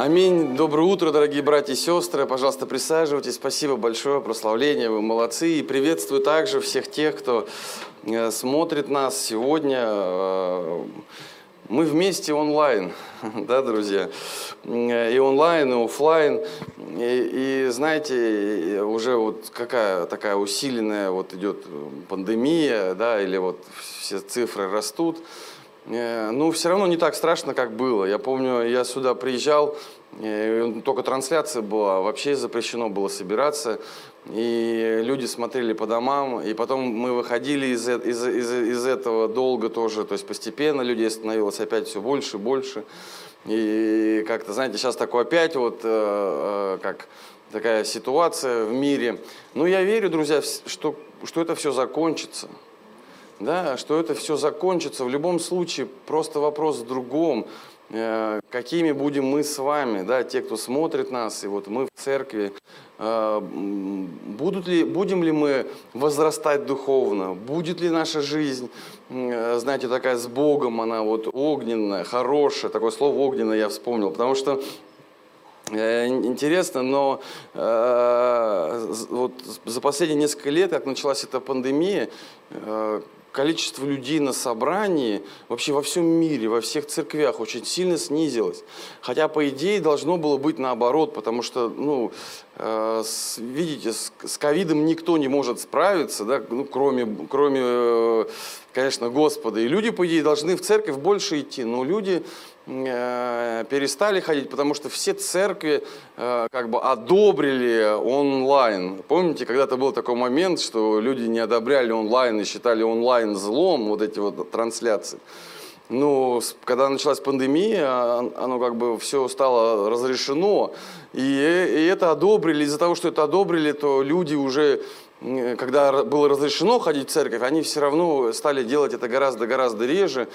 Аминь. Доброе утро, дорогие братья и сестры. Пожалуйста, присаживайтесь. Спасибо большое, прославление, вы молодцы. И приветствую также всех тех, кто смотрит нас сегодня. Мы вместе онлайн, да, друзья? И онлайн, и офлайн. И знаете, уже вот какая такая усиленная вот идет пандемия, да, или вот все цифры растут. Ну, все равно не так страшно, как было. Я помню, я сюда приезжал, только трансляция была, вообще запрещено было собираться. И люди смотрели по домам, и потом мы выходили из этого долго тоже, то есть постепенно людей становилось опять все больше и больше. И как-то, знаете, сейчас такое опять вот, как такая ситуация в мире. Но я верю, друзья, что это все закончится. Да, что это все закончится. В любом случае, просто вопрос в другом. Какими будем мы с вами, да, те, кто смотрит нас, и вот мы в церкви, будем ли мы возрастать духовно, будет ли наша жизнь, знаете, такая с Богом, она вот огненная, хорошая, такое слово огненное я вспомнил, потому что интересно, но вот за последние несколько лет, как началась эта пандемия, количество людей на собрании вообще во всем мире, во всех церквях очень сильно снизилось. Хотя, по идее, должно было быть наоборот, потому что, ну, видите, с ковидом никто не может справиться, да, ну, кроме, конечно, Господа. И люди, по идее, должны в церковь больше идти, но люди перестали ходить, потому что все церкви как бы одобрили онлайн. Помните, когда-то был такой момент, что люди не одобряли онлайн и считали онлайн злом, вот эти вот трансляции. Ну, когда началась пандемия, оно как бы все стало разрешено, и это одобрили. Из-за того, что это одобрили, то люди уже, когда было разрешено ходить в церковь, они все равно стали делать это гораздо реже.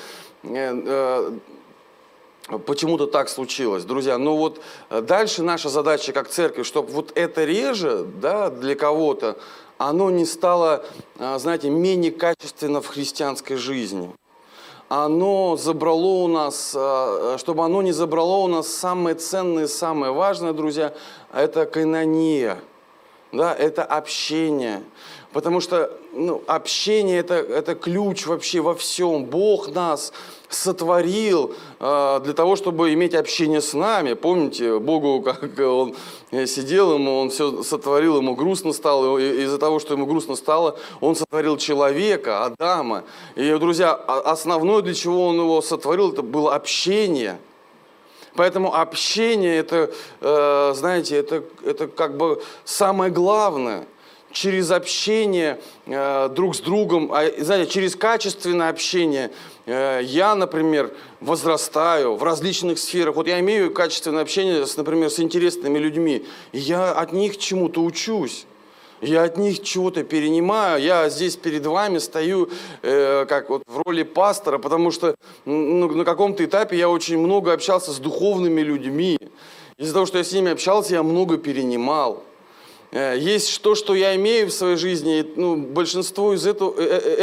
Почему-то так случилось, друзья. Но вот дальше наша задача как церковь, чтобы вот это реже, да, для кого-то, оно не стало, знаете, менее качественно в христианской жизни. Оно забрало у нас, чтобы оно не забрало у нас самое ценное, самое важное, друзья, это коинония, да, это общение. Потому что общение это ключ вообще во всем. Бог нас сотворил для того, чтобы иметь общение с нами. Помните, Богу, как он сидел, он все сотворил, ему грустно стало. И из-за того, что ему грустно стало, он сотворил человека, Адама. И, друзья, основное, для чего он его сотворил, это было общение. Поэтому общение, это, знаете, это как бы самое главное. Через общение друг с другом, знаете, через качественное общение я, например, возрастаю в различных сферах. Вот я имею качественное общение, например, с интересными людьми, и я от них чему-то учусь. Я от них чего-то перенимаю. Я здесь перед вами стою как вот в роли пастора, потому что на каком-то этапе я очень много общался с духовными людьми. Из-за того, что я с ними общался, я много перенимал. Есть то, что я имею в своей жизни, ну, большинство из этого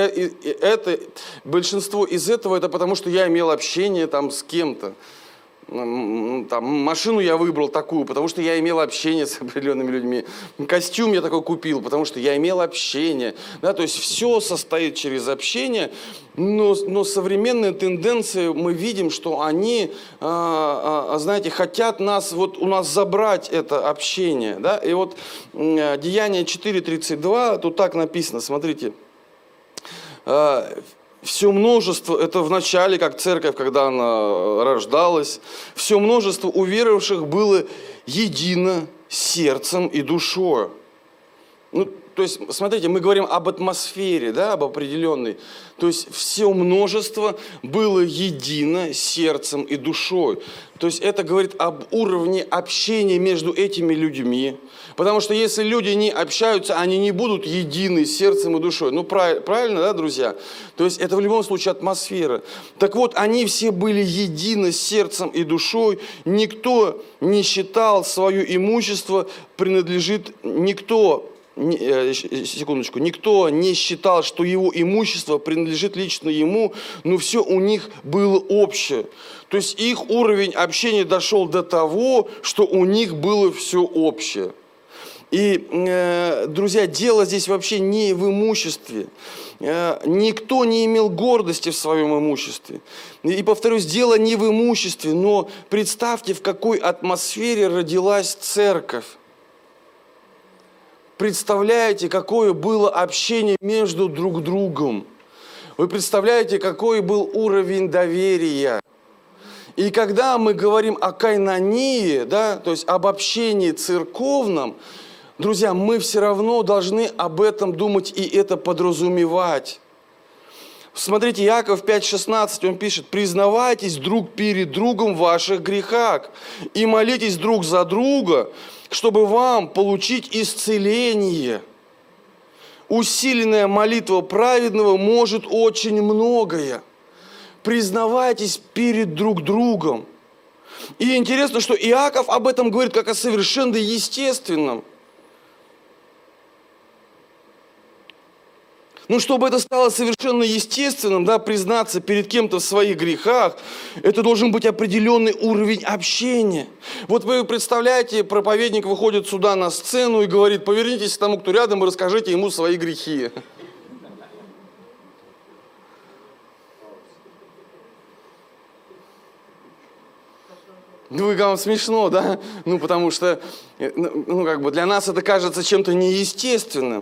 это потому, что я имел общение там с кем-то. Там, машину я выбрал такую, потому что я имел общение с определенными людьми. Костюм я такой купил, потому что я имел общение. Да, то есть все состоит через общение, но современные тенденции мы видим, что они, знаете, хотят у нас забрать это общение. Да? И вот Деяния 4:32, тут так написано, смотрите. Все множество, это в начале, как церковь, когда она рождалась, все множество уверовавших было едино сердцем и душой. Ну, то есть, смотрите, мы говорим об атмосфере, да, об определенной. То есть, все множество было едино сердцем и душой. То есть, это говорит об уровне общения между этими людьми. Потому что если люди не общаются, они не будут едины сердцем и душой. Ну, правильно, да, друзья? То есть, это в любом случае атмосфера. Так вот, они все были едины сердцем и душой. Никто не считал свое имущество принадлежит, никто секундочку, никто не считал, что его имущество принадлежит лично ему, но все у них было общее. То есть их уровень общения дошел до того, что у них было все общее. И, друзья, дело здесь вообще не в имуществе. Никто не имел гордости в своем имуществе. И, повторюсь, дело не в имуществе, но представьте, в какой атмосфере родилась церковь. Представляете, какое было общение между друг другом. Вы представляете, какой был уровень доверия. И когда мы говорим о кайнонии, да, то есть об общении церковном, друзья, мы все равно должны об этом думать и это подразумевать. Смотрите, Иаков 5,16, он пишет: «Признавайтесь друг перед другом в ваших грехах и молитесь друг за друга, чтобы вам получить исцеление. Усиленная молитва праведного может очень многое». Признавайтесь перед друг другом. И интересно, что Иаков об этом говорит как о совершенно естественном. Ну, чтобы это стало совершенно естественным, да, признаться перед кем-то в своих грехах, это должен быть определенный уровень общения. Вот вы представляете, проповедник выходит сюда на сцену и говорит: повернитесь к тому, кто рядом, и расскажите ему свои грехи. Ну, вам смешно, да? Ну, потому что, ну, как бы для нас это кажется чем-то неестественным.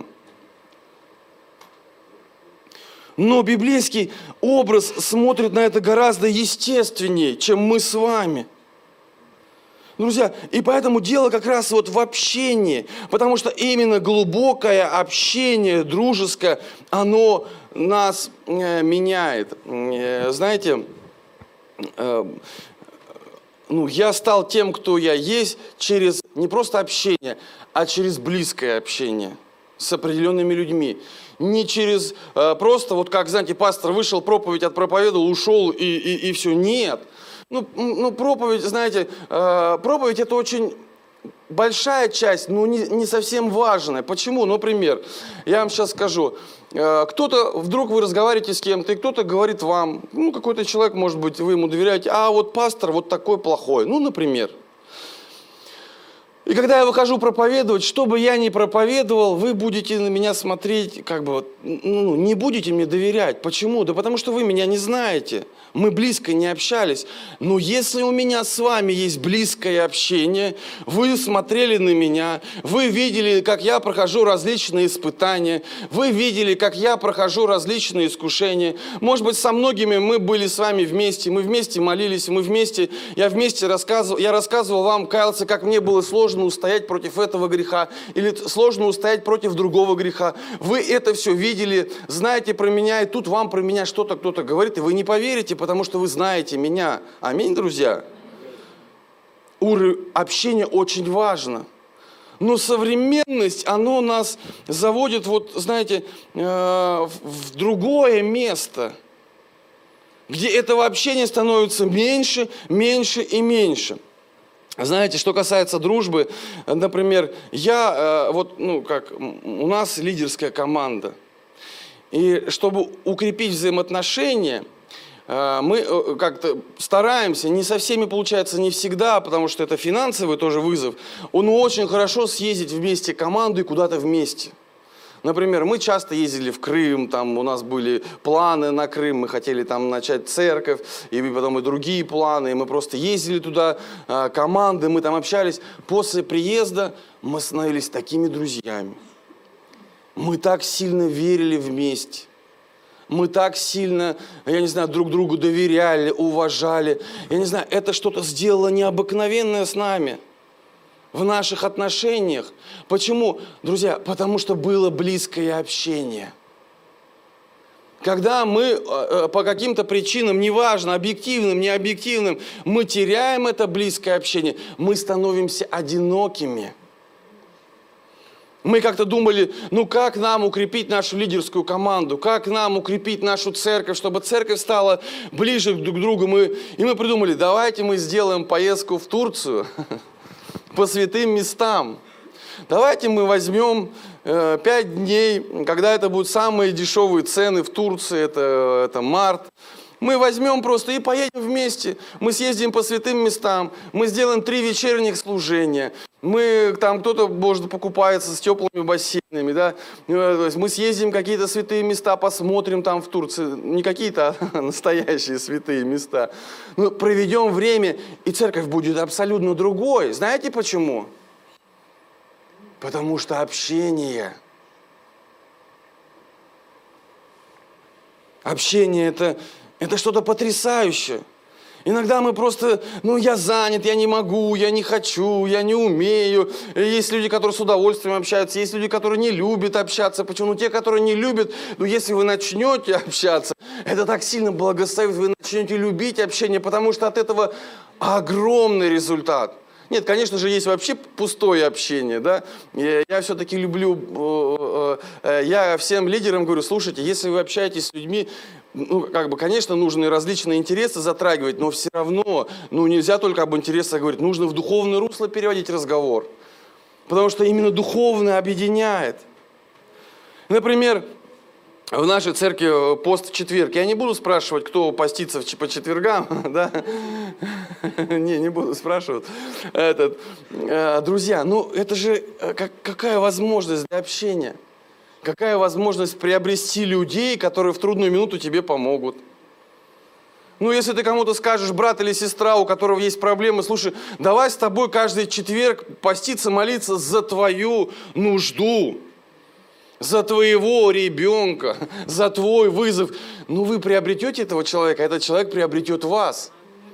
Но библейский образ смотрит на это гораздо естественнее, чем мы с вами. Друзья, и поэтому дело как раз вот в общении, потому что именно глубокое общение, дружеское, оно нас меняет. Знаете, я стал тем, кто я есть, через не просто общение, а через близкое общение с определенными людьми. Не через просто, вот как, знаете, пастор вышел, проповедь отпроповедовал, ушел и все. Нет. Проповедь, знаете, проповедь это очень большая часть, но не совсем важная. Почему? Например, я вам сейчас скажу. Кто-то, вдруг вы разговариваете с кем-то, и кто-то говорит вам, какой-то человек, может быть, вы ему доверяете, а вот пастор вот такой плохой, например. И когда я выхожу проповедовать, что бы я ни проповедовал, вы будете на меня смотреть, не будете мне доверять. Почему? Да потому что вы меня не знаете. Мы близко не общались. Но если у меня с вами есть близкое общение, вы смотрели на меня, вы видели, как я прохожу различные испытания, вы видели, как я прохожу различные искушения. Может быть, со многими мы были с вами вместе, мы вместе молились, я рассказывал вам, каялся, как мне было сложно устоять против этого греха, или сложно устоять против другого греха. Вы это все видели, знаете про меня, и тут вам про меня что-то кто-то говорит, и вы не поверите, потому что вы знаете меня. Аминь, друзья. Уровень общения очень важно. Но современность, оно нас заводит, в другое место, где этого общения становится меньше, меньше и меньше. Знаете, что касается дружбы, например, у нас лидерская команда. И чтобы укрепить взаимоотношения, мы как-то стараемся, не со всеми получается, не всегда, потому что это финансовый тоже вызов, очень хорошо съездить вместе команду и куда-то вместе. Например, мы часто ездили в Крым, там у нас были планы на Крым, мы хотели там начать церковь, и потом и другие планы, и мы просто ездили туда, команды, мы там общались. После приезда мы становились такими друзьями. Мы так сильно верили вместе. Мы так сильно, друг другу доверяли, уважали. Это что-то сделало необыкновенное с нами. В наших отношениях. Почему? Друзья, потому что было близкое общение. Когда мы по каким-то причинам, неважно, объективным, необъективным, мы теряем это близкое общение, мы становимся одинокими. Мы как-то думали, как нам укрепить нашу лидерскую команду, как нам укрепить нашу церковь, чтобы церковь стала ближе друг к другу. И мы придумали, давайте мы сделаем поездку в Турцию по святым местам. давайте мы возьмем 5 дней, когда это будут самые дешевые цены в Турции, это март. Мы возьмем просто и поедем вместе. Мы съездим по святым местам, мы сделаем 3 вечерних служения. Мы там, кто-то, может, покупается с теплыми бассейнами, да. То есть мы съездим в какие-то святые места, посмотрим там в Турции. Не какие-то, а настоящие святые места. Ну, проведем время, и церковь будет абсолютно другой. Знаете почему? Потому что общение. Общение это что-то потрясающее. Иногда мы просто, я занят, я не могу, я не хочу, я не умею. Есть люди, которые с удовольствием общаются, есть люди, которые не любят общаться. Почему? Те, которые не любят, если вы начнете общаться, это так сильно благословит, вы начнете любить общение, потому что от этого огромный результат. Нет, конечно же, есть вообще пустое общение, да. Я все-таки люблю, я всем лидерам говорю, слушайте, если вы общаетесь с людьми, конечно, нужно и различные интересы затрагивать, но все равно, нельзя только об интересах говорить, нужно в духовное русло переводить разговор, потому что именно духовное объединяет. Например, в нашей церкви пост в четверг. Я не буду спрашивать, кто постится по четвергам, да? Не буду спрашивать. Друзья, это же какая возможность для общения? Какая возможность приобрести людей, которые в трудную минуту тебе помогут? Если ты кому-то скажешь, брат или сестра, у которого есть проблемы, слушай, давай с тобой каждый четверг поститься, молиться за твою нужду. За твоего ребенка, за твой вызов. Вы приобретете этого человека, а этот человек приобретет вас.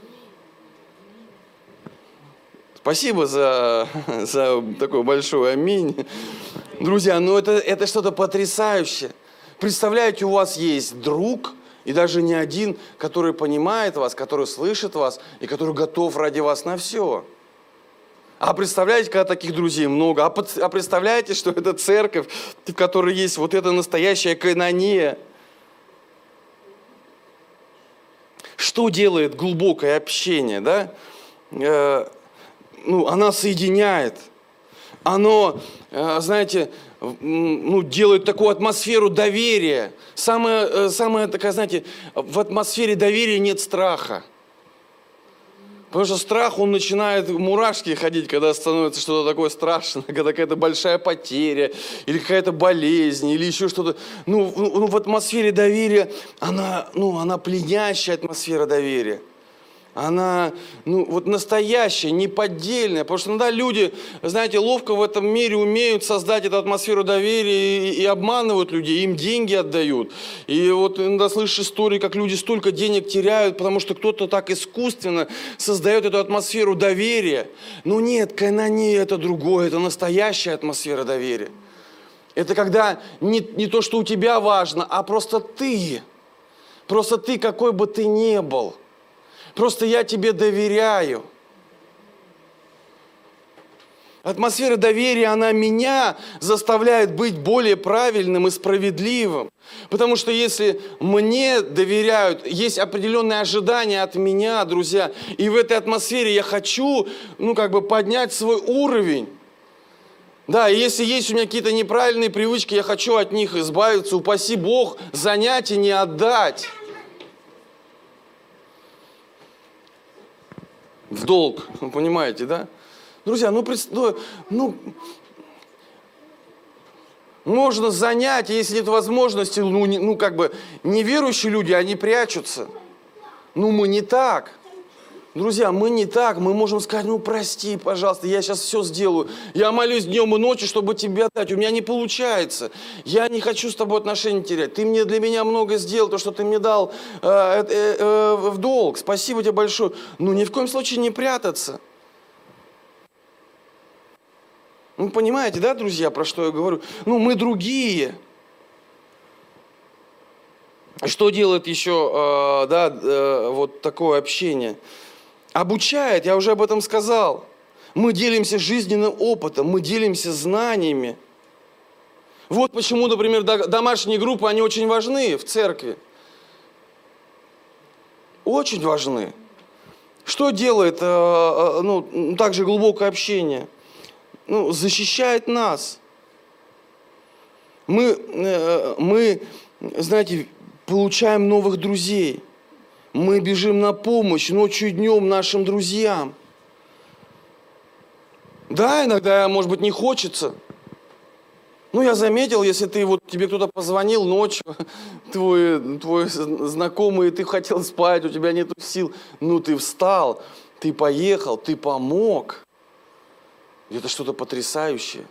Спасибо за такой большой аминь. Друзья, это что-то потрясающее. Представляете, у вас есть друг, и даже не один, который понимает вас, который слышит вас, и который готов ради вас на все. А представляете, когда таких друзей много? А представляете, что это церковь, в которой есть вот эта настоящая коинония? Что делает глубокое общение, да? Она соединяет. Оно, знаете, делает такую атмосферу доверия. Самое такая, знаете, в атмосфере доверия нет страха. Потому что страх, он начинает мурашки ходить, когда становится что-то такое страшное, когда какая-то большая потеря, или какая-то болезнь, или еще что-то. В атмосфере доверия, она пленящая атмосфера доверия. Она, настоящая, неподдельная. Потому что иногда люди, знаете, ловко в этом мире умеют создать эту атмосферу доверия и обманывают людей, им деньги отдают. И иногда слышишь истории, как люди столько денег теряют, потому что кто-то так искусственно создает эту атмосферу доверия. Нет, коинония это другое, это настоящая атмосфера доверия. Это когда не то, что у тебя важно, а просто ты. Просто ты, какой бы ты ни был. Просто я тебе доверяю. Атмосфера доверия, она меня заставляет быть более правильным и справедливым. Потому что если мне доверяют, есть определенные ожидания от меня, друзья. И в этой атмосфере я хочу, поднять свой уровень. Да, и если есть у меня какие-то неправильные привычки, я хочу от них избавиться. Упаси Бог, занять и не отдать. В долг, вы понимаете, да? Друзья, можно занять, если нет возможности, неверующие люди, они прячутся. Мы не так. Друзья, мы не так. Мы можем сказать, прости, пожалуйста, я сейчас все сделаю. Я молюсь днем и ночью, чтобы тебе отдать. У меня не получается. Я не хочу с тобой отношения терять. Ты для меня много сделал, то, что ты мне дал в долг. Спасибо тебе большое. Ни в коем случае не прятаться. Понимаете, да, друзья, про что я говорю? Мы другие. Что делает еще, вот такое общение? Обучает, я уже об этом сказал. Мы делимся жизненным опытом, мы делимся знаниями. Вот почему, например, домашние группы, они очень важны в церкви. Очень важны. Что делает также глубокое общение? защищает нас. Мы, знаете, получаем новых друзей. Мы бежим на помощь ночью и днем нашим друзьям. Да, иногда, может быть, не хочется. Я заметил, если тебе кто-то позвонил ночью, твой знакомый, ты хотел спать, у тебя нет сил, ты встал, ты поехал, ты помог. Это что-то потрясающее.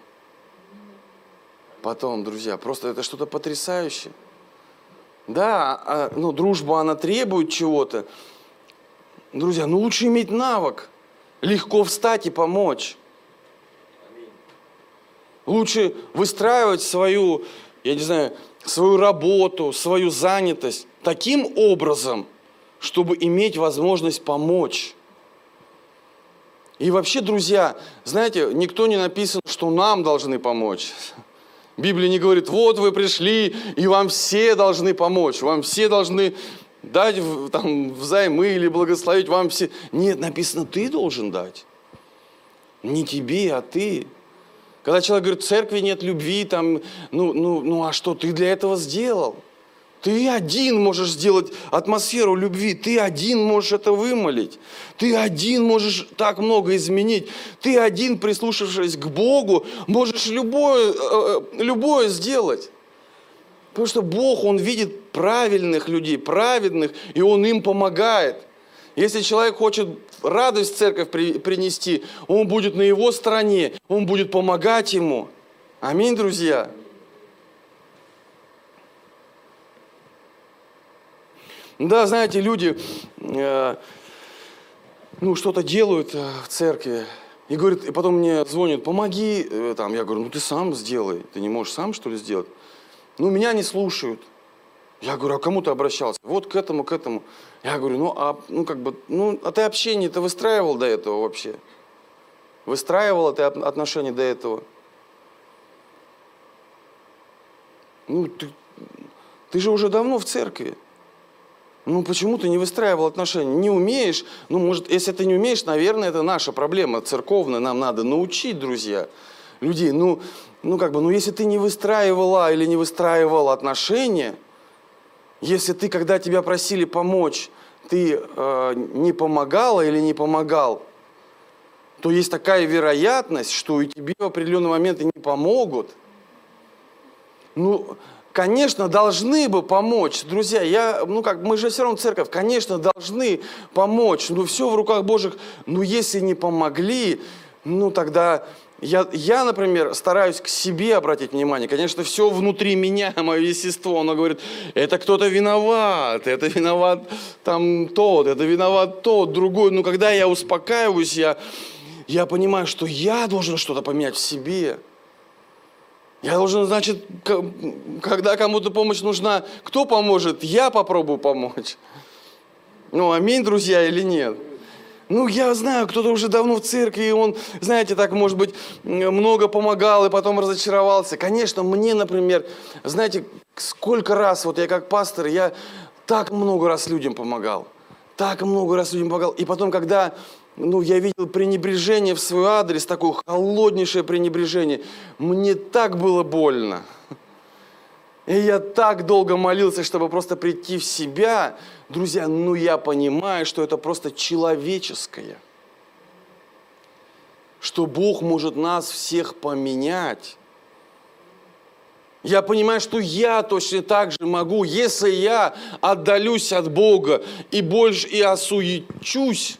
Потом, друзья, просто это что-то потрясающее. Да, дружба, она требует чего-то. Друзья, лучше иметь навык. Легко встать и помочь. Лучше выстраивать свою работу, свою занятость таким образом, чтобы иметь возможность помочь. И вообще, друзья, знаете, никто не написан, что нам должны помочь. Библия не говорит, вот вы пришли, и вам все должны помочь, вам все должны дать взаймы или благословить вам все. Нет, написано, ты должен дать. Не тебе, а ты. Когда человек говорит, в церкви нет любви, а что ты для этого сделал? Ты один можешь сделать атмосферу любви, ты один можешь это вымолить, ты один можешь так много изменить, ты один, прислушавшись к Богу, можешь любое сделать. Потому что Бог, Он видит правильных людей, праведных, и Он им помогает. Если человек хочет радость в церковь принести, он будет на его стороне, он будет помогать ему. Аминь, друзья. Да, знаете, люди что-то делают в церкви, и говорят, и потом мне звонят, помоги, я говорю, ты сам сделай, ты не можешь сам, что ли, сделать? Меня не слушают. Я говорю, а кому ты обращался? Вот к этому. Я говорю, а ты общение-то выстраивал до этого вообще? Выстраивал ты отношения до этого? Ты же уже давно в церкви. Почему ты не выстраивал отношения? Не умеешь? Может, если ты не умеешь, наверное, это наша проблема церковная. Нам надо научить, друзья, людей. Если ты не выстраивала или не выстраивал отношения, если ты, когда тебя просили помочь, ты не помогала или не помогал, то есть такая вероятность, что и тебе в определенный момент и не помогут. Конечно, должны бы помочь, друзья. Мы же все равно церковь, конечно, должны помочь. Все в руках Божьих. Если не помогли, тогда я, например, стараюсь к себе обратить внимание. Конечно, все внутри меня, мое естество, оно говорит, это кто-то виноват, это виноват тот, это виноват тот, другой. Но когда я успокаиваюсь, я понимаю, что я должен что-то поменять в себе. Я должен, значит, когда кому-то помощь нужна, кто поможет? Я попробую помочь. Аминь, друзья, или нет? Я знаю, кто-то уже давно в церкви, и он, знаете, так, может быть, много помогал и потом разочаровался. Конечно, мне, например, знаете, сколько раз, я как пастор, я так много раз людям помогал. И потом, когда я видел пренебрежение в свой адрес, такое холоднейшее пренебрежение, мне так было больно. И я так долго молился, чтобы просто прийти в себя. Друзья, я понимаю, что это просто человеческое. Что Бог может нас всех поменять. Я понимаю, что я точно так же могу, если я отдалюсь от Бога и больше осуечусь.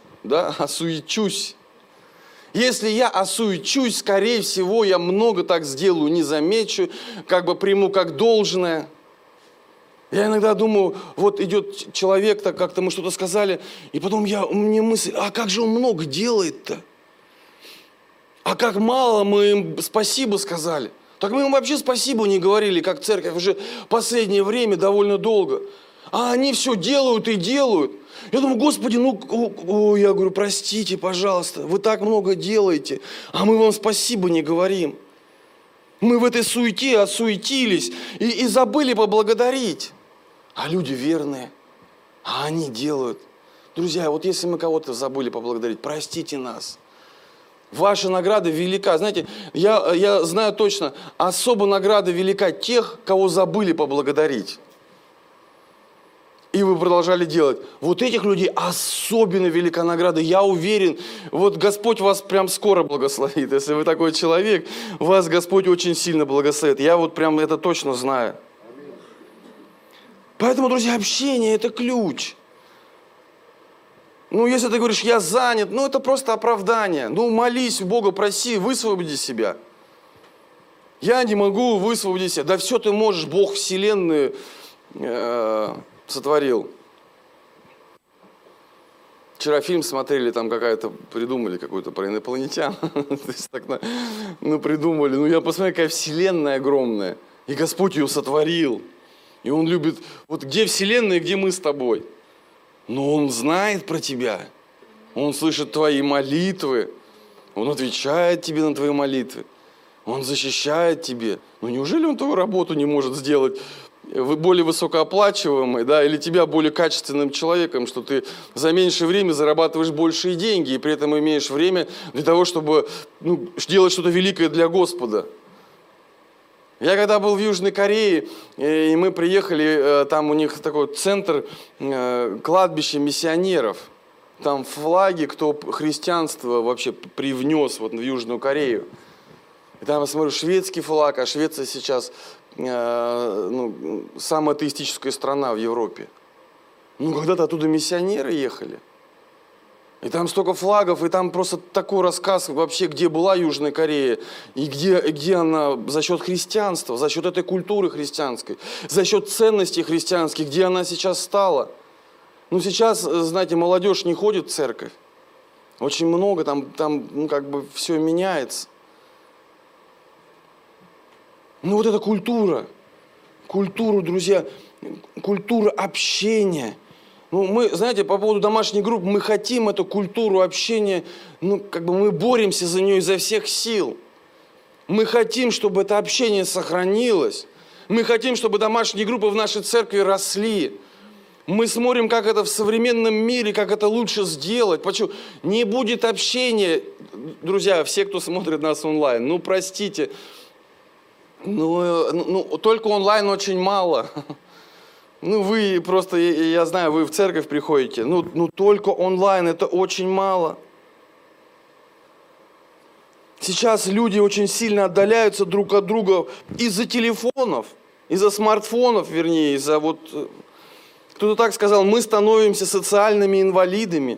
Если я осуечусь, скорее всего, я много так сделаю, не замечу, приму как должное. Я иногда думаю, идет человек, как-то мы что-то сказали, и потом мне мысль, а как же он много делает-то? А как мало мы им спасибо сказали? Так мы им вообще спасибо не говорили, как церковь, уже последнее время довольно долго. А они все делают и делают. Я думаю, Господи, я говорю, простите, пожалуйста, вы так много делаете, а мы вам спасибо не говорим. Мы в этой суете осуетились и забыли поблагодарить. А люди верные, а они делают. Друзья, если мы кого-то забыли поблагодарить, простите нас. Ваша награда велика. Знаете, я знаю точно, особо награда велика тех, кого забыли поблагодарить. И вы продолжали делать. Вот этих людей особенно велика награда. Я уверен, вот Господь вас прям скоро благословит. Если вы такой человек, вас Господь очень сильно благословит. Я вот прям это точно знаю. Поэтому, друзья, общение – это ключ. Ну, если ты говоришь, я занят, ну, это просто оправдание. Ну, молись у Бога, проси, высвободи себя. Я не могу высвободить себя. Да все ты можешь, Бог вселенную сотворил. Вчера фильм смотрели, там придумали какой-то про инопланетян. То есть так, придумали. Ну, я посмотрел, какая вселенная огромная. И Господь ее сотворил. И Он любит, вот где вселенная, где мы с тобой. Но Он знает про тебя. Он слышит твои молитвы. Он отвечает тебе на твои молитвы. Он защищает тебя. Ну неужели Он твою работу не может сделать более высокооплачиваемой, да, или тебя более качественным человеком, что ты за меньшее время зарабатываешь большие деньги и при этом имеешь время для того, чтобы делать что-то великое для Господа. Я когда был в Южной Корее, и мы приехали, там у них такой центр кладбища миссионеров. Там флаги, кто христианство вообще привнес вот в Южную Корею. И там я смотрю, шведский флаг, а Швеция сейчас самая атеистическая страна в Европе. Ну, когда-то оттуда миссионеры ехали. И там столько флагов, и там просто такой рассказ вообще, где была Южная Корея, и где она за счет христианства, за счет этой культуры христианской, за счет ценностей христианских, где она сейчас стала. Ну, сейчас, знаете, молодежь не ходит в церковь. Очень много, там все меняется. Ну, вот эта культура, друзья, культура общения. Ну, мы, знаете, по поводу домашних групп, мы хотим эту культуру общения, мы боремся за нее изо всех сил. Мы хотим, чтобы это общение сохранилось. Мы хотим, чтобы домашние группы в нашей церкви росли. Мы смотрим, как это в современном мире, как это лучше сделать. Почему? Не будет общения, друзья, все, кто смотрит нас онлайн, простите, только онлайн очень мало. Вы просто, я знаю, вы в церковь приходите, только онлайн это очень мало. Сейчас люди очень сильно отдаляются друг от друга из-за телефонов, из-за смартфонов, вернее, кто-то так сказал, мы становимся социальными инвалидами.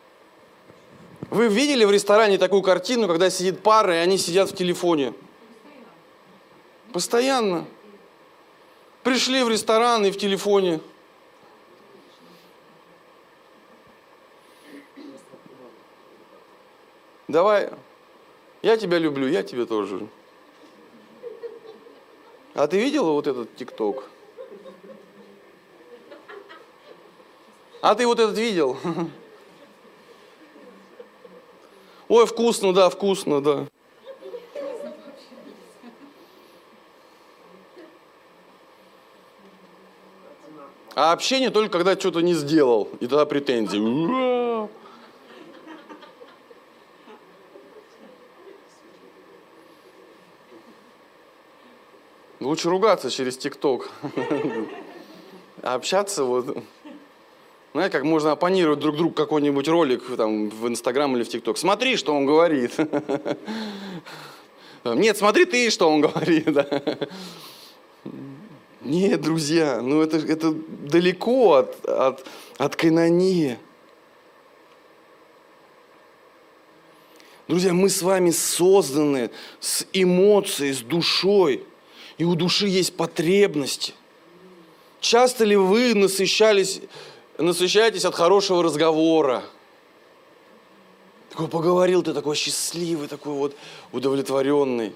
Вы видели в ресторане такую картину, когда сидит пара, и они сидят в телефоне? Постоянно. Пришли в ресторан и в телефоне. Давай, я тебя люблю, я тебя тоже. А ты видела вот этот ТикТок? А ты вот этот видел? Ой, вкусно, да, вкусно, да. А общение только когда что-то не сделал, и тогда претензии. Ура! Лучше ругаться через ТикТок. А общаться знаете, как можно оппонировать друг другу какой-нибудь ролик там, в Инстаграм или в ТикТок. Смотри, что он говорит. Нет, смотри ты, что он говорит. Нет, друзья, это далеко от кайнония. Друзья, мы с вами созданы с эмоцией, с душой. И у души есть потребности. Часто ли вы насыщаетесь от хорошего разговора? Такой поговорил, ты такой счастливый, такой удовлетворенный.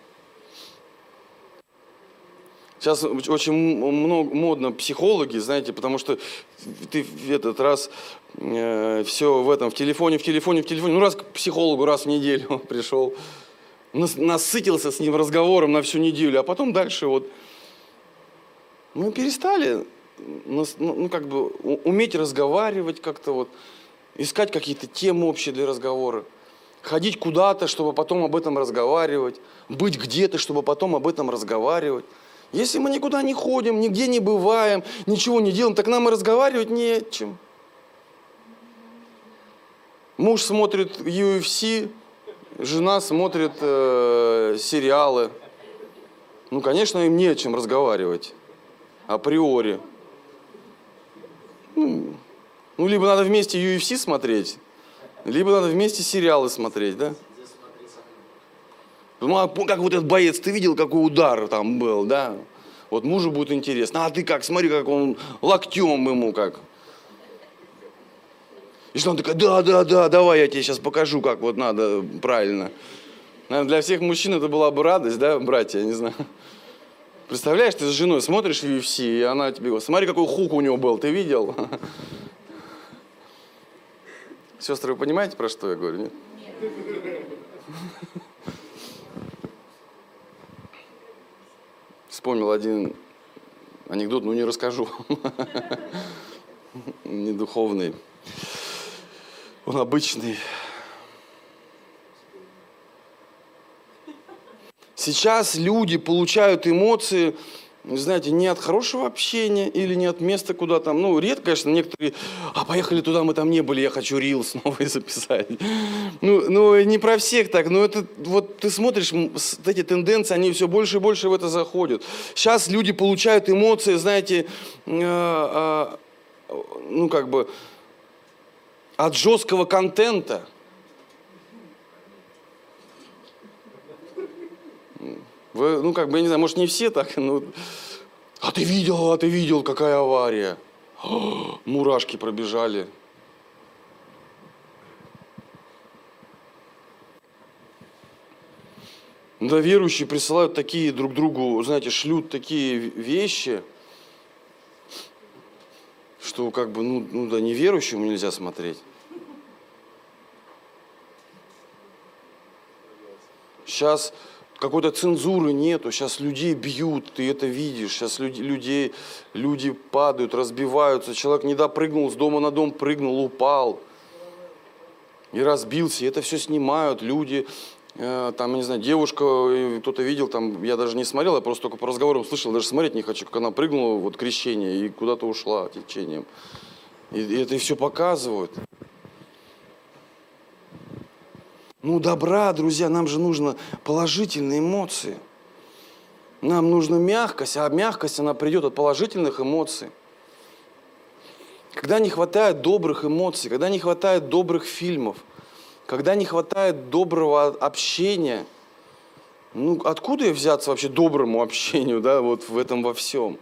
Сейчас очень модно психологи, знаете, потому что ты в этот раз все в телефоне. Раз к психологу, раз в неделю пришел, насытился с ним разговором на всю неделю, а потом дальше мы перестали уметь разговаривать как-то искать какие-то темы общие для разговора. Ходить куда-то, чтобы потом об этом разговаривать. Быть где-то, чтобы потом об этом разговаривать. Если мы никуда не ходим, нигде не бываем, ничего не делаем, так нам и разговаривать не о чем. Муж смотрит UFC, жена смотрит сериалы. Ну, конечно, им не о чем разговаривать. Априори. Ну, либо надо вместе UFC смотреть, либо надо вместе сериалы смотреть, да? Ну, а как вот этот боец, ты видел, какой удар там был, да? Вот мужу будет интересно. А ты как, смотри, как он локтем ему как. И жена такая, да, давай я тебе сейчас покажу, как вот надо правильно. Наверное, для всех мужчин это была бы радость, да, братья, я не знаю. Представляешь, ты с женой смотришь UFC, и она тебе говорит, смотри, какой хук у него был, ты видел? Сестры, вы понимаете, про что я говорю, нет? Вспомнил один анекдот, но не расскажу. Не духовный. Он обычный. Сейчас люди получают эмоции, знаете, не от хорошего общения или не от места, куда там. Ну, редко, конечно, некоторые, поехали туда, мы там не были, я хочу рилс новый записать. Ну, не про всех так, но это, вот ты смотришь, эти тенденции, они все больше и больше в это заходят. Сейчас люди получают эмоции, знаете, ну, как бы, от жесткого контента. Вы, ну, как бы, я не знаю, может, не все так, но... А ты видел, какая авария? Мурашки пробежали. Да, верующие присылают такие друг другу, знаете, шлют такие вещи, что как бы, ну да, неверующему нельзя смотреть. Сейчас какой-то цензуры нету, сейчас людей бьют, ты это видишь, сейчас люди падают, разбиваются, человек не допрыгнул, с дома на дом прыгнул, упал и разбился, и это все снимают, люди, там, я не знаю, девушка, кто-то видел, там, я даже не смотрел, я просто только по разговорам слышал, даже смотреть не хочу, как она прыгнула, вот крещение, и куда-то ушла течением, и это все показывают. Ну, добра, друзья, нам же нужно положительные эмоции. Нам нужна мягкость, а мягкость, она придет от положительных эмоций. Когда не хватает добрых эмоций, когда не хватает добрых фильмов, когда не хватает доброго общения, ну, откуда взяться вообще доброму общению, да, вот в этом во всем?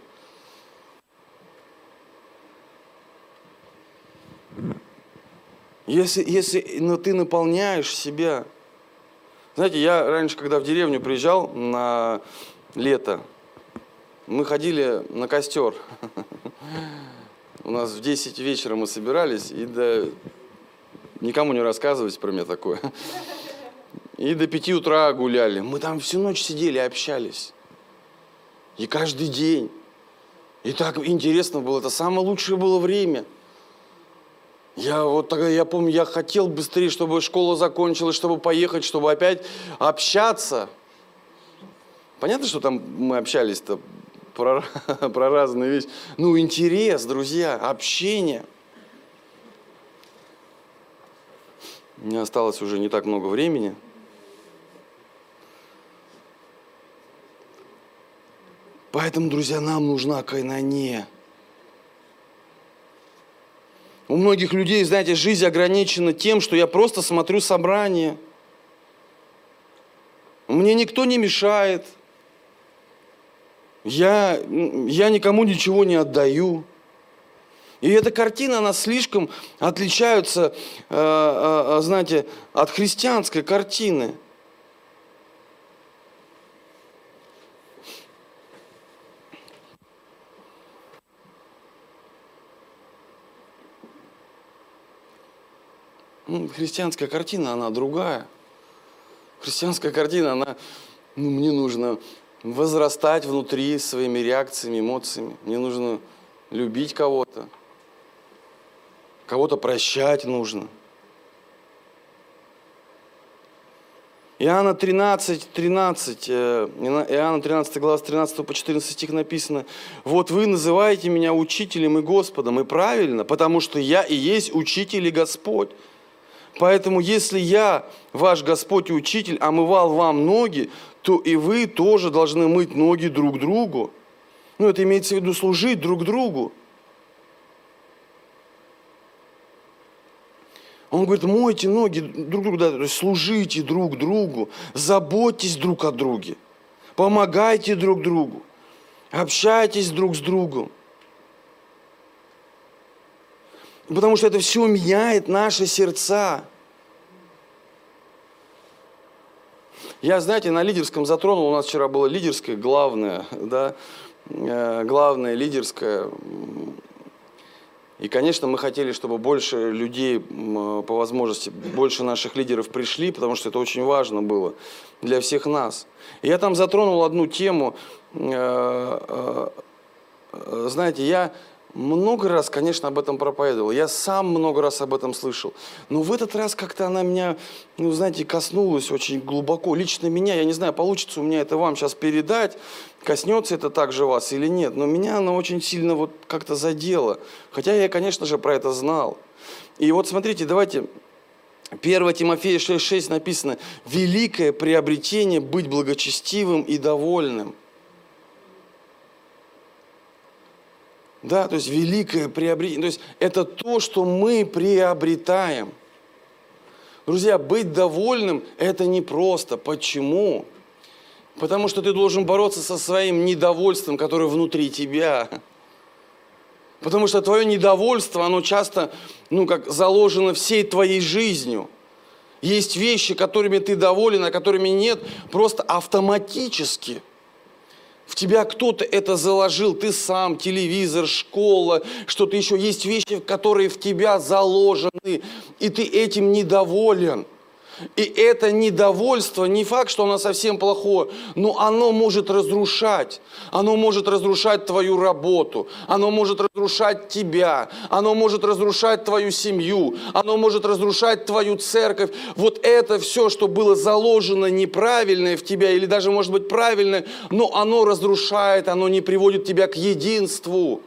Если ты наполняешь себя. Знаете, я раньше, когда в деревню приезжал на лето, мы ходили на костер. У нас в 10 вечера мы собирались, и никому не рассказывайте про меня такое. И до 5 утра гуляли. Мы там всю ночь сидели, общались. И каждый день. И так интересно было. Это самое лучшее было время. Я помню, я хотел быстрее, чтобы школа закончилась, чтобы поехать, чтобы опять общаться. Понятно, что там мы общались-то про разные вещи. Ну, интерес, друзья, общение. У меня осталось уже не так много времени. Поэтому, друзья, нам нужна кайнония. У многих людей, знаете, жизнь ограничена тем, что я просто смотрю собрание. Мне никто не мешает. Я никому ничего не отдаю. И эта картина, она слишком отличается, знаете, от христианской картины. Христианская картина, она другая. Христианская картина, она, мне нужно возрастать внутри своими реакциями, эмоциями. Мне нужно любить кого-то. Кого-то прощать нужно. Иоанна 13, 13, Иоанна 13 глава с 13 по 14 стих написано: «Вот вы называете меня учителем и Господом, и правильно, потому что я и есть учитель и Господь. Поэтому если я, ваш Господь и учитель, омывал вам ноги, то и вы тоже должны мыть ноги друг другу». Ну, это имеется в виду служить друг другу. Он говорит, мойте ноги друг другу, да, то есть служите друг другу, заботьтесь друг о друге, помогайте друг другу, общайтесь друг с другом. Потому что это все меняет наши сердца. Я, знаете, на лидерском затронул, у нас вчера было лидерское, главное, да, главное лидерское. И, конечно, мы хотели, чтобы больше людей, по возможности, больше наших лидеров пришли, потому что это очень важно было для всех нас. И я там затронул одну тему. Знаете, я много раз, конечно, об этом проповедовал. Я сам много раз об этом слышал. Но в этот раз как-то она меня, ну, знаете, коснулась очень глубоко. Лично меня, я не знаю, получится у меня это вам сейчас передать, коснется это также вас или нет. Но меня она очень сильно вот как-то задела. Хотя я, конечно же, про это знал. И вот смотрите, давайте, 1 Тимофея 6,6 написано: «Великое приобретение быть благочестивым и довольным». Да, то есть великое приобретение, то есть это то, что мы приобретаем. Друзья, быть довольным – это непросто. Почему? Потому что ты должен бороться со своим недовольством, которое внутри тебя. Потому что твое недовольство, оно часто, как заложено всей твоей жизнью. Есть вещи, которыми ты доволен, а которыми нет, просто автоматически. В тебя кто-то это заложил, ты сам, телевизор, школа, что-то еще. Есть вещи, которые в тебя заложены, и ты этим недоволен. И это недовольство, не факт, что оно совсем плохое, но оно может разрушать. Оно может разрушать твою работу, оно может разрушать тебя, оно может разрушать твою семью, оно может разрушать твою церковь. Вот это все, что было заложено неправильное в тебя, или даже может быть правильное, но оно разрушает, оно не приводит тебя к единству.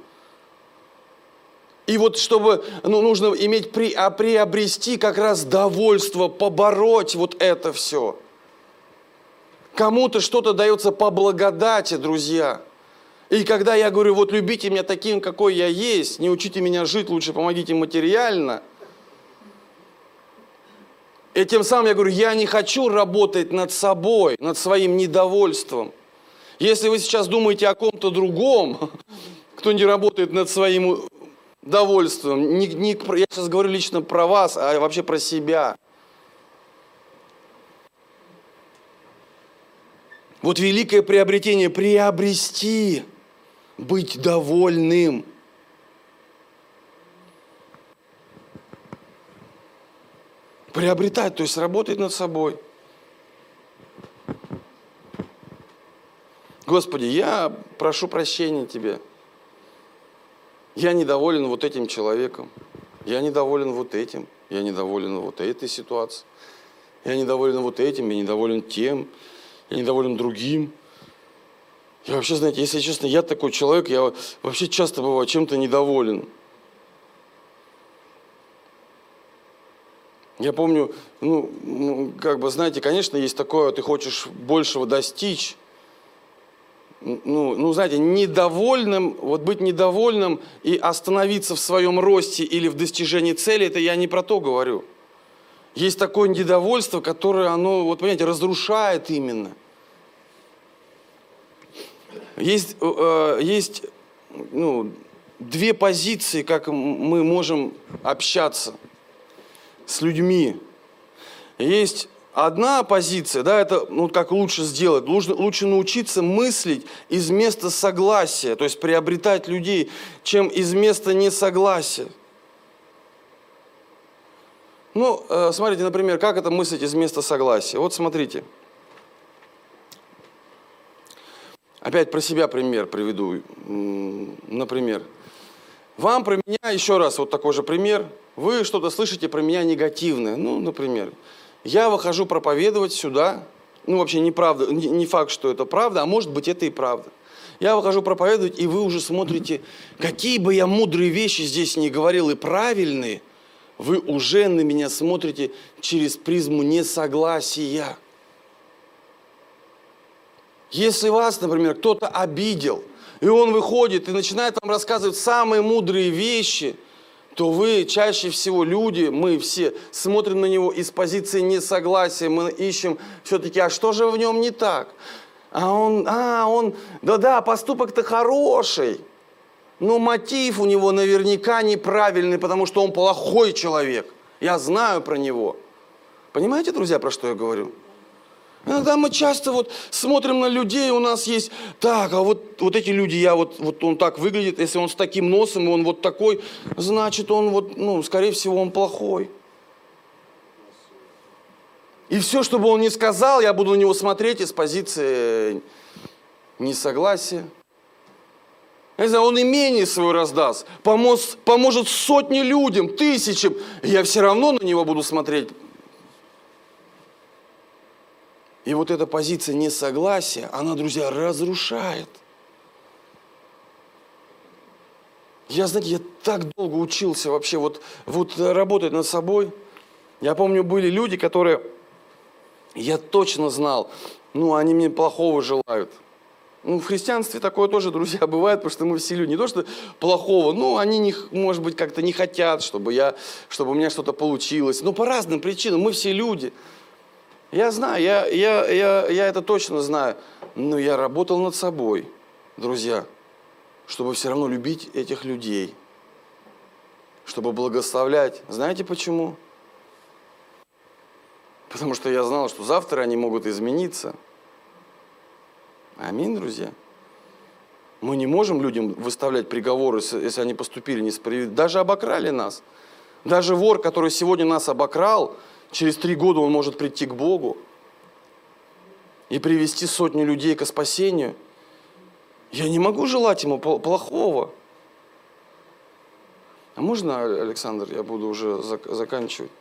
И вот чтобы, нужно иметь, приобрести как раз довольство, побороть вот это все. Кому-то что-то дается по благодати, друзья. И когда я говорю, вот любите меня таким, какой я есть, не учите меня жить, лучше помогите материально. И тем самым я говорю, я не хочу работать над собой, над своим недовольством. Если вы сейчас думаете о ком-то другом, кто не работает над своим довольством. Я сейчас говорю лично про вас, а вообще про себя. Вот великое приобретение – приобрести, быть довольным. Приобретать, то есть работать над собой. Господи, я прошу прощения Тебе. Я недоволен вот этим человеком, я недоволен вот этим, я недоволен вот этой ситуацией, я недоволен вот этим, я недоволен тем, я недоволен другим. Я вообще, знаете, если честно, я такой человек, я вообще часто бываю чем-то недоволен. Я помню, знаете, конечно, есть такое, ты хочешь большего достичь. Знаете, недовольным, вот быть недовольным и остановиться в своем росте или в достижении цели, это я не про то говорю. Есть такое недовольство, которое, оно, вот понимаете, разрушает именно. Есть две позиции, как мы можем общаться с людьми. Есть одна позиция, да, это как лучше сделать. Лучше научиться мыслить из места согласия, то есть приобретать людей, чем из места несогласия. Смотрите, например, как это мыслить из места согласия. Вот смотрите. Опять про себя пример приведу. Например, вам про меня, еще раз вот такой же пример, вы что-то слышите про меня негативное, например. Я выхожу проповедовать сюда. Ну, вообще неправда, не факт, что это правда, а может быть, это и правда. Я выхожу проповедовать, и вы уже смотрите, какие бы я мудрые вещи здесь ни говорил и правильные, вы уже на меня смотрите через призму несогласия. Если вас, например, кто-то обидел, и он выходит и начинает вам рассказывать самые мудрые вещи, то вы чаще всего, люди, мы все смотрим на него из позиции несогласия, мы ищем все-таки, а что же в нем не так? Да-да, поступок-то хороший, но мотив у него наверняка неправильный, потому что он плохой человек. Я знаю про него. Понимаете, друзья, про что я говорю? Иногда мы часто вот смотрим на людей, у нас есть, так, а вот эти люди, вот он так выглядит, если он с таким носом, и он вот такой, значит, он вот, ну, скорее всего, он плохой. И все, что бы он ни сказал, я буду на него смотреть из позиции несогласия. Я не знаю, он имение свое раздаст, поможет сотни людям, тысячам, и я все равно на него буду смотреть. И вот эта позиция несогласия, она, друзья, разрушает. Я, знаете, я так долго учился вообще вот работать над собой. Я помню, были люди, которые, я точно знал, ну, они мне плохого желают. Ну, в христианстве такое тоже, друзья, бывает, потому что мы все люди, не то что плохого, ну, они, может быть, как-то не хотят, чтобы у меня что-то получилось. Ну, по разным причинам, мы все люди. Я знаю, я это точно знаю, но я работал над собой, друзья, чтобы все равно любить этих людей, чтобы благословлять. Знаете почему? Потому что я знал, что завтра они могут измениться. Аминь, друзья. Мы не можем людям выставлять приговоры, если они поступили несправедливо. Даже обокрали нас. Даже вор, который сегодня нас обокрал, через 3 года он может прийти к Богу и привести сотни людей к спасению. Я не могу желать ему плохого. А можно, Александр, я буду уже заканчивать?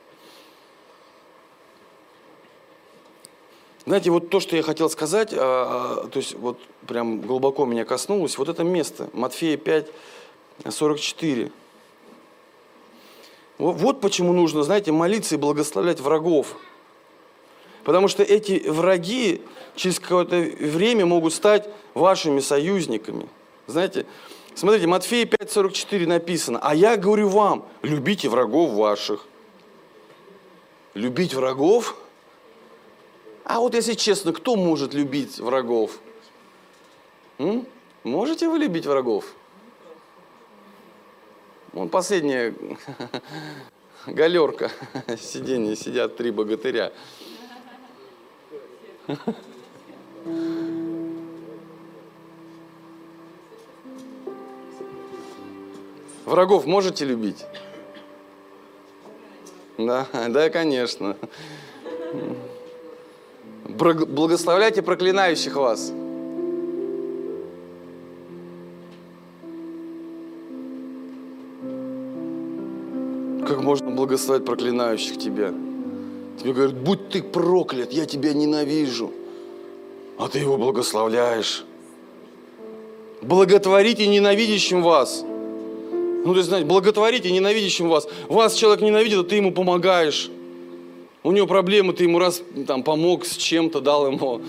Знаете, вот то, что я хотел сказать, то есть вот прям глубоко меня коснулось, вот это место, Матфея 5, 44. Вот почему нужно, знаете, молиться и благословлять врагов. Потому что эти враги через какое-то время могут стать вашими союзниками. Знаете, смотрите, Матфея 5:44 написано: «А я говорю вам, любите врагов ваших». Любить врагов? А вот если честно, кто может любить врагов? Можете вы любить врагов? Вон последняя галерка, сиденье, сидят 3 богатыря. Врагов можете любить? Да, конечно. Благословляйте проклинающих вас. Как можно благословить проклинающих тебя? Тебе говорят: будь ты проклят, я тебя ненавижу. А ты его благословляешь. Благотворите ненавидящим вас. Ну, то есть, знаете, благотворите ненавидящим вас. Вас человек ненавидит, а ты ему помогаешь. У него проблемы, ты ему раз там помог с чем-то, дал ему.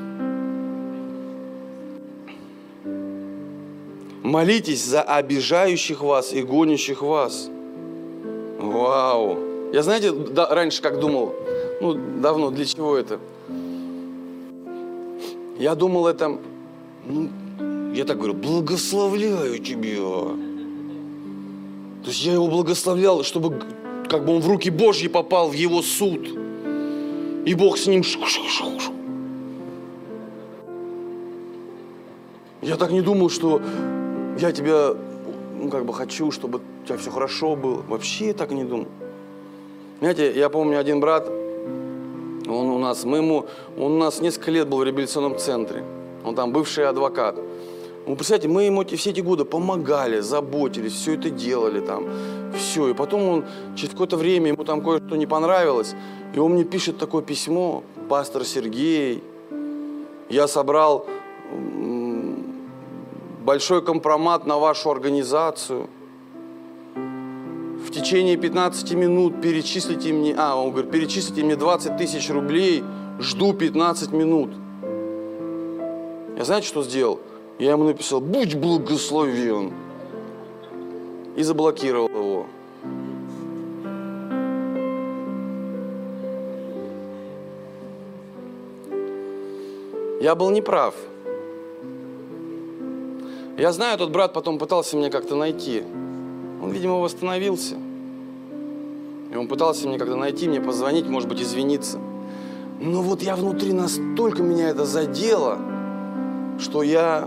Молитесь за обижающих вас и гонящих вас. Вау! Я, знаете, раньше как думал, ну, давно, для чего это? Я думал это, я так говорю: благословляю тебя. То есть я его благословлял, чтобы как бы он в руки Божьи попал, в его суд. И Бог с ним. Я так не думал, что я тебя, как бы хочу, чтобы у тебя все хорошо было. Вообще я так не думал. Знаете, я помню, один брат, он у нас несколько лет был в реабилитационном центре. Он там бывший адвокат. Ну, представляете, мы ему все эти годы помогали, заботились, все это делали там, все. И потом он через какое-то время, ему там кое-что не понравилось, и он мне пишет такое письмо: пастор Сергей, я собрал большой компромат на вашу организацию. В течение 15 минут перечислите мне, он говорит, перечислите мне 20 тысяч рублей, жду 15 минут. Я знаете, что сделал? Я ему написал: будь благословен. И заблокировал его. Я был неправ. Я знаю, тот брат потом пытался меня как-то найти. Он, видимо, восстановился. И он пытался мне как-то найти, мне позвонить, может быть, извиниться. Но вот я внутри, настолько меня это задело, что я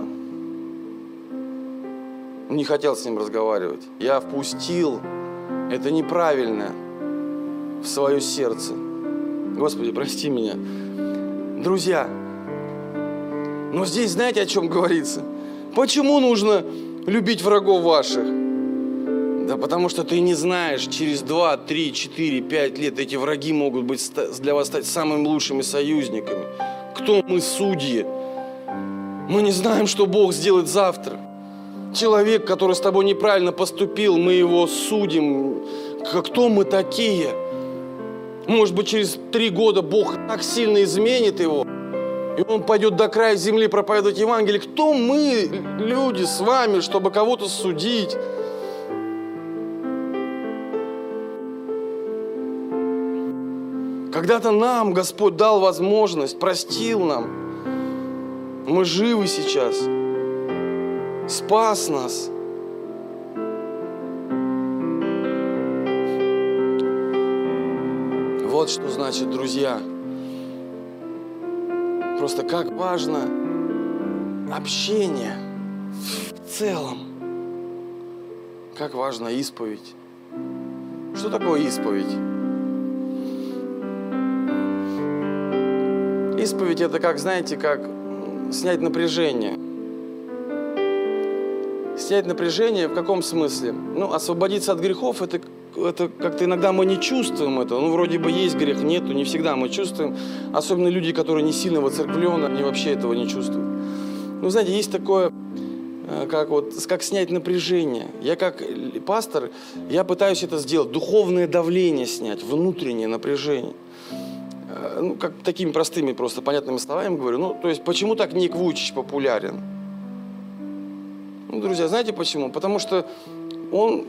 не хотел с ним разговаривать. Я впустил это неправильное в свое сердце. Господи, прости меня. Друзья, но здесь знаете, о чем говорится? Почему нужно любить врагов ваших? Да потому что ты не знаешь, через 2, 3, 4, 5 лет эти враги могут быть для вас стать самыми лучшими союзниками. Кто мы, судьи? Мы не знаем, что Бог сделает завтра. Человек, который с тобой неправильно поступил, мы его судим. Кто мы такие? Может быть, через 3 года Бог так сильно изменит его, и он пойдет до края земли проповедовать Евангелие. Кто мы, люди, с вами, чтобы кого-то судить? Когда-то нам Господь дал возможность, простил нам. Мы живы сейчас. Спас нас. Вот что значит, друзья. Просто как важно общение в целом. Как важна исповедь. Что такое исповедь? Исповедь – это как, знаете, как снять напряжение. Снять напряжение в каком смысле? Освободиться от грехов – это как-то иногда мы не чувствуем этого. Вроде бы есть грех, нету, не всегда мы чувствуем. Особенно люди, которые не сильно воцерквлены, они вообще этого не чувствуют. Знаете, есть такое, как снять напряжение. Я как пастор, я пытаюсь это сделать, духовное давление снять, внутреннее напряжение. Как такими простыми, просто понятными словами говорю. То есть, почему так Ник Вуйчич популярен? Друзья, знаете почему? Потому что у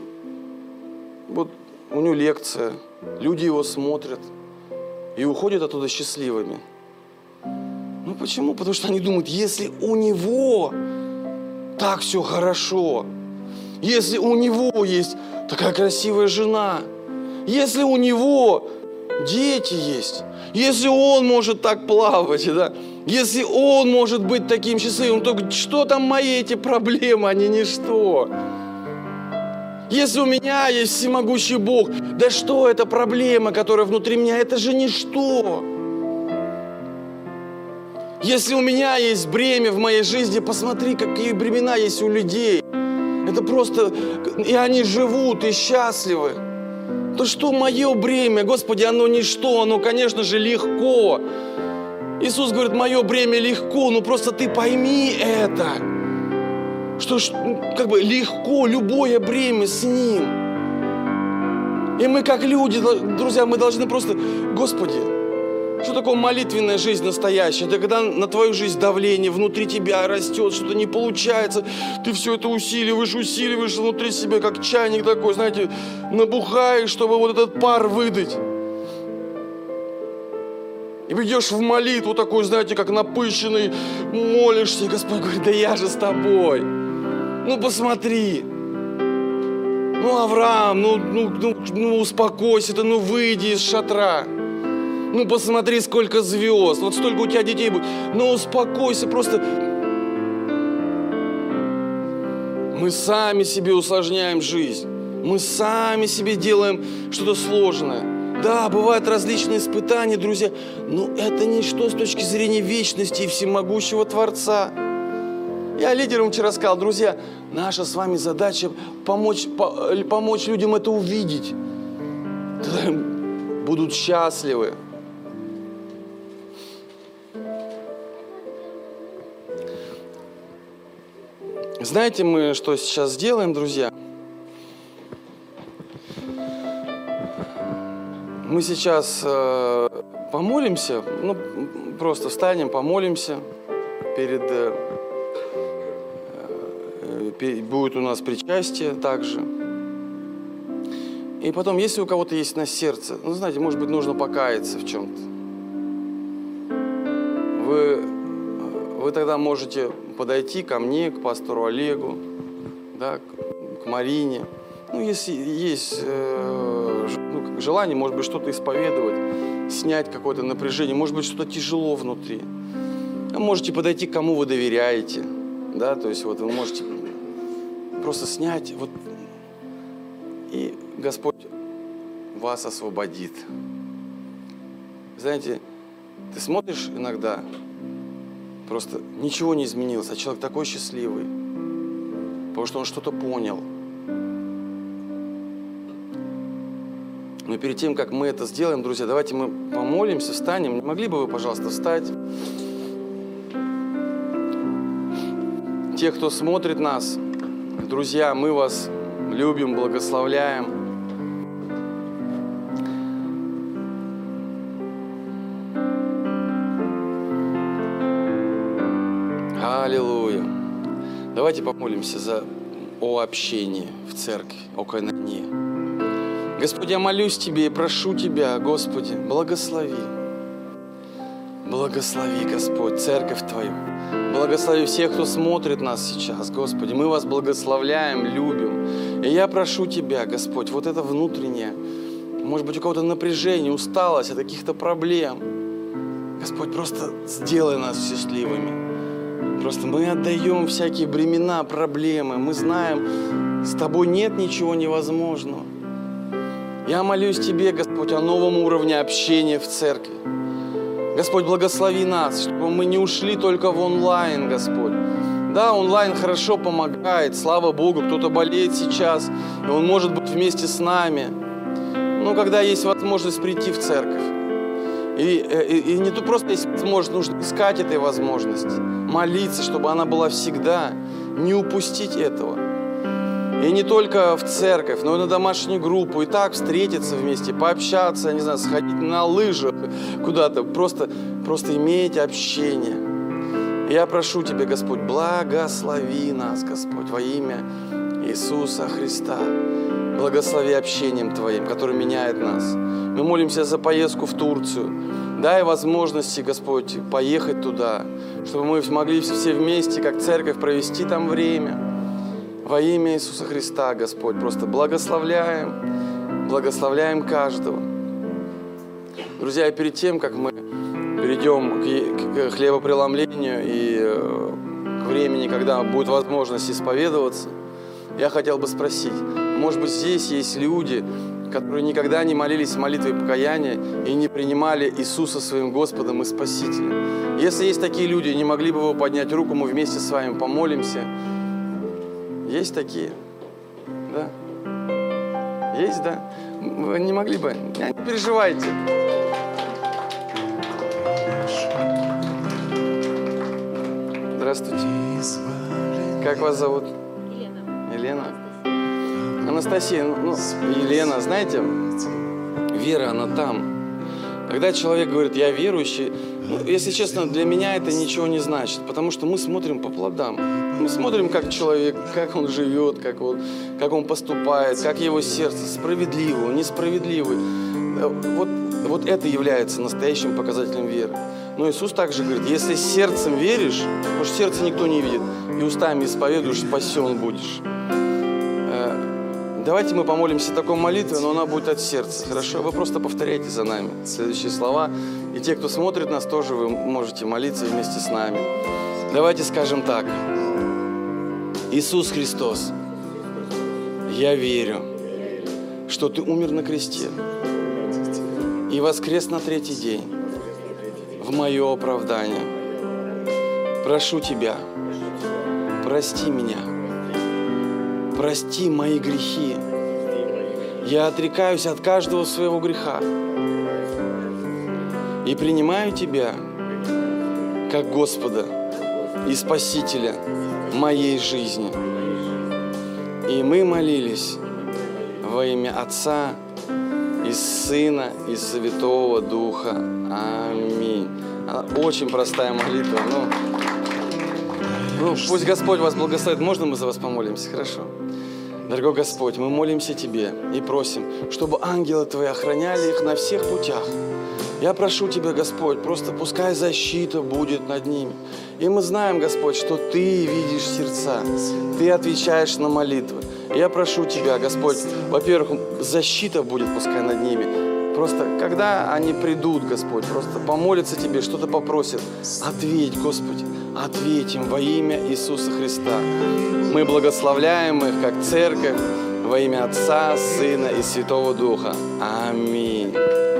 него лекция, люди его смотрят и уходят оттуда счастливыми. Почему? Потому что они думают, если у него так все хорошо, если у него есть такая красивая жена, если у него дети есть, если он может так плавать, да, если он может быть таким счастливым, то что там мои эти проблемы, они ничто. Если у меня есть всемогущий Бог, да что это проблема, которая внутри меня, это же ничто. Если у меня есть бремя в моей жизни, посмотри, какие бремена есть у людей. Это просто, и они живут, и счастливы. То что мое бремя, Господи, оно ничто, оно, конечно же, легко. Иисус говорит, мое бремя легко, просто ты пойми это. Что легко, любое бремя с Ним. И мы как люди, друзья, мы должны просто, Господи, что такое молитвенная жизнь настоящая? Это когда на твою жизнь давление внутри тебя растет, что-то не получается, ты все это усиливаешь внутри себя, как чайник такой, знаете, набухаешь, чтобы вот этот пар выдать. И идешь в молитву такой, знаете, как напыщенный, молишься, и Господь говорит, да я же с тобой. Посмотри. Авраам, успокойся ты, выйди из шатра. Посмотри, сколько звезд, вот столько у тебя детей будет. Успокойся, просто. Мы сами себе усложняем жизнь. Мы сами себе делаем что-то сложное. Да, бывают различные испытания, друзья, но это ничто с точки зрения вечности и всемогущего Творца. И Я лидерам вчера сказал, друзья, наша с вами задача помочь людям это увидеть. Тогда будут счастливы. Знаете, мы что сейчас сделаем, друзья? Мы сейчас помолимся, ну, просто встанем, помолимся. Будет у нас причастие также. И потом, если у кого-то есть на сердце, ну, знаете, может быть, нужно покаяться в чем-то. Вы тогда можете подойти ко мне, к пастору Олегу, да, к Марине. Ну, если есть желание, может быть, что-то исповедовать, снять какое-то напряжение, может быть, что-то тяжело внутри. Вы можете подойти к кому вы доверяете, да, то есть вот вы можете просто снять, вот, и Господь вас освободит. Знаете, ты смотришь иногда, просто ничего не изменилось, а человек такой счастливый, потому что он что-то понял. Но перед тем, как мы это сделаем, друзья, давайте мы помолимся, встанем. Не могли бы вы, пожалуйста, встать? Те, кто смотрит нас, друзья, мы вас любим, благословляем. Аллилуйя. Давайте помолимся о общении в церкви, о коинонии. Господи, я молюсь Тебе и прошу Тебя, Господи, благослови. Благослови, Господь, церковь Твою. Благослови всех, кто смотрит нас сейчас, Господи. Мы вас благословляем, любим. И я прошу Тебя, Господь, вот это внутреннее, может быть, у кого-то напряжение, усталость от каких-то проблем. Господь, просто сделай нас счастливыми. Просто мы отдаем всякие бремена, проблемы. Мы знаем, с Тобой нет ничего невозможного. Я молюсь Тебе, Господь, о новом уровне общения в церкви. Господь, благослови нас, чтобы мы не ушли только в онлайн, Господь. Да, онлайн хорошо помогает, слава Богу, кто-то болеет сейчас, и он может быть вместе с нами. Но когда есть возможность прийти в церковь, и не то просто есть возможность, нужно искать этой возможности, молиться, чтобы она была всегда, не упустить этого. И не только в церковь, но и на домашнюю группу. И так встретиться вместе, пообщаться, не знаю, сходить на лыжах куда-то. Просто иметь общение. И я прошу Тебя, Господь, благослови нас, Господь, во имя Иисуса Христа. Благослови общением Твоим, которое меняет нас. Мы молимся за поездку в Турцию. Дай возможности, Господь, поехать туда, чтобы мы могли все вместе, как церковь, провести там время. Во имя Иисуса Христа, Господь, просто благословляем каждого. Друзья, перед тем, как мы перейдем к хлебопреломлению и к времени, когда будет возможность исповедоваться, я хотел бы спросить, может быть, здесь есть люди, которые никогда не молились молитвой покаяния и не принимали Иисуса своим Господом и Спасителем. Если есть такие люди, не могли бы вы поднять руку, мы вместе с вами помолимся. Есть такие? Да? Есть, да? Вы не могли бы? Не переживайте. Здравствуйте. Как вас зовут? Елена. Анастасия. Елена, знаете, вера, она там. Когда человек говорит, я верующий, если честно, для меня это ничего не значит, потому что мы смотрим по плодам. Мы смотрим, как человек, как он живет, как он поступает, как его сердце, справедливый, несправедливый. Вот это является настоящим показателем веры. Но Иисус также говорит, если сердцем веришь, потому что сердце никто не видит, и устами исповедуешь, спасен будешь. Давайте мы помолимся такой молитвой, но она будет от сердца, хорошо? Вы просто повторяйте за нами следующие слова. И те, кто смотрит нас, тоже вы можете молиться вместе с нами. Давайте скажем так. Иисус Христос, я верю, что Ты умер на кресте и воскрес на третий день в мое оправдание. Прошу Тебя, прости меня. Прости мои грехи. Я отрекаюсь от каждого своего греха и принимаю Тебя как Господа и Спасителя моей жизни. И мы молились во имя Отца и Сына и Святого Духа. Аминь. Очень простая молитва. Ну, пусть Господь вас благословит. Можно мы за вас помолимся? Хорошо. Дорогой Господь, мы молимся Тебе и просим, чтобы ангелы Твои охраняли их на всех путях. Я прошу Тебя, Господь, просто пускай защита будет над ними. И мы знаем, Господь, что Ты видишь сердца, Ты отвечаешь на молитвы. И я прошу Тебя, Господь, во-первых, защита будет пускай над ними. Просто, когда они придут, Господь, просто помолятся Тебе, что-то попросят, ответь, Господи, ответь им во имя Иисуса Христа. Мы благословляем их, как церковь, во имя Отца, Сына и Святого Духа. Аминь.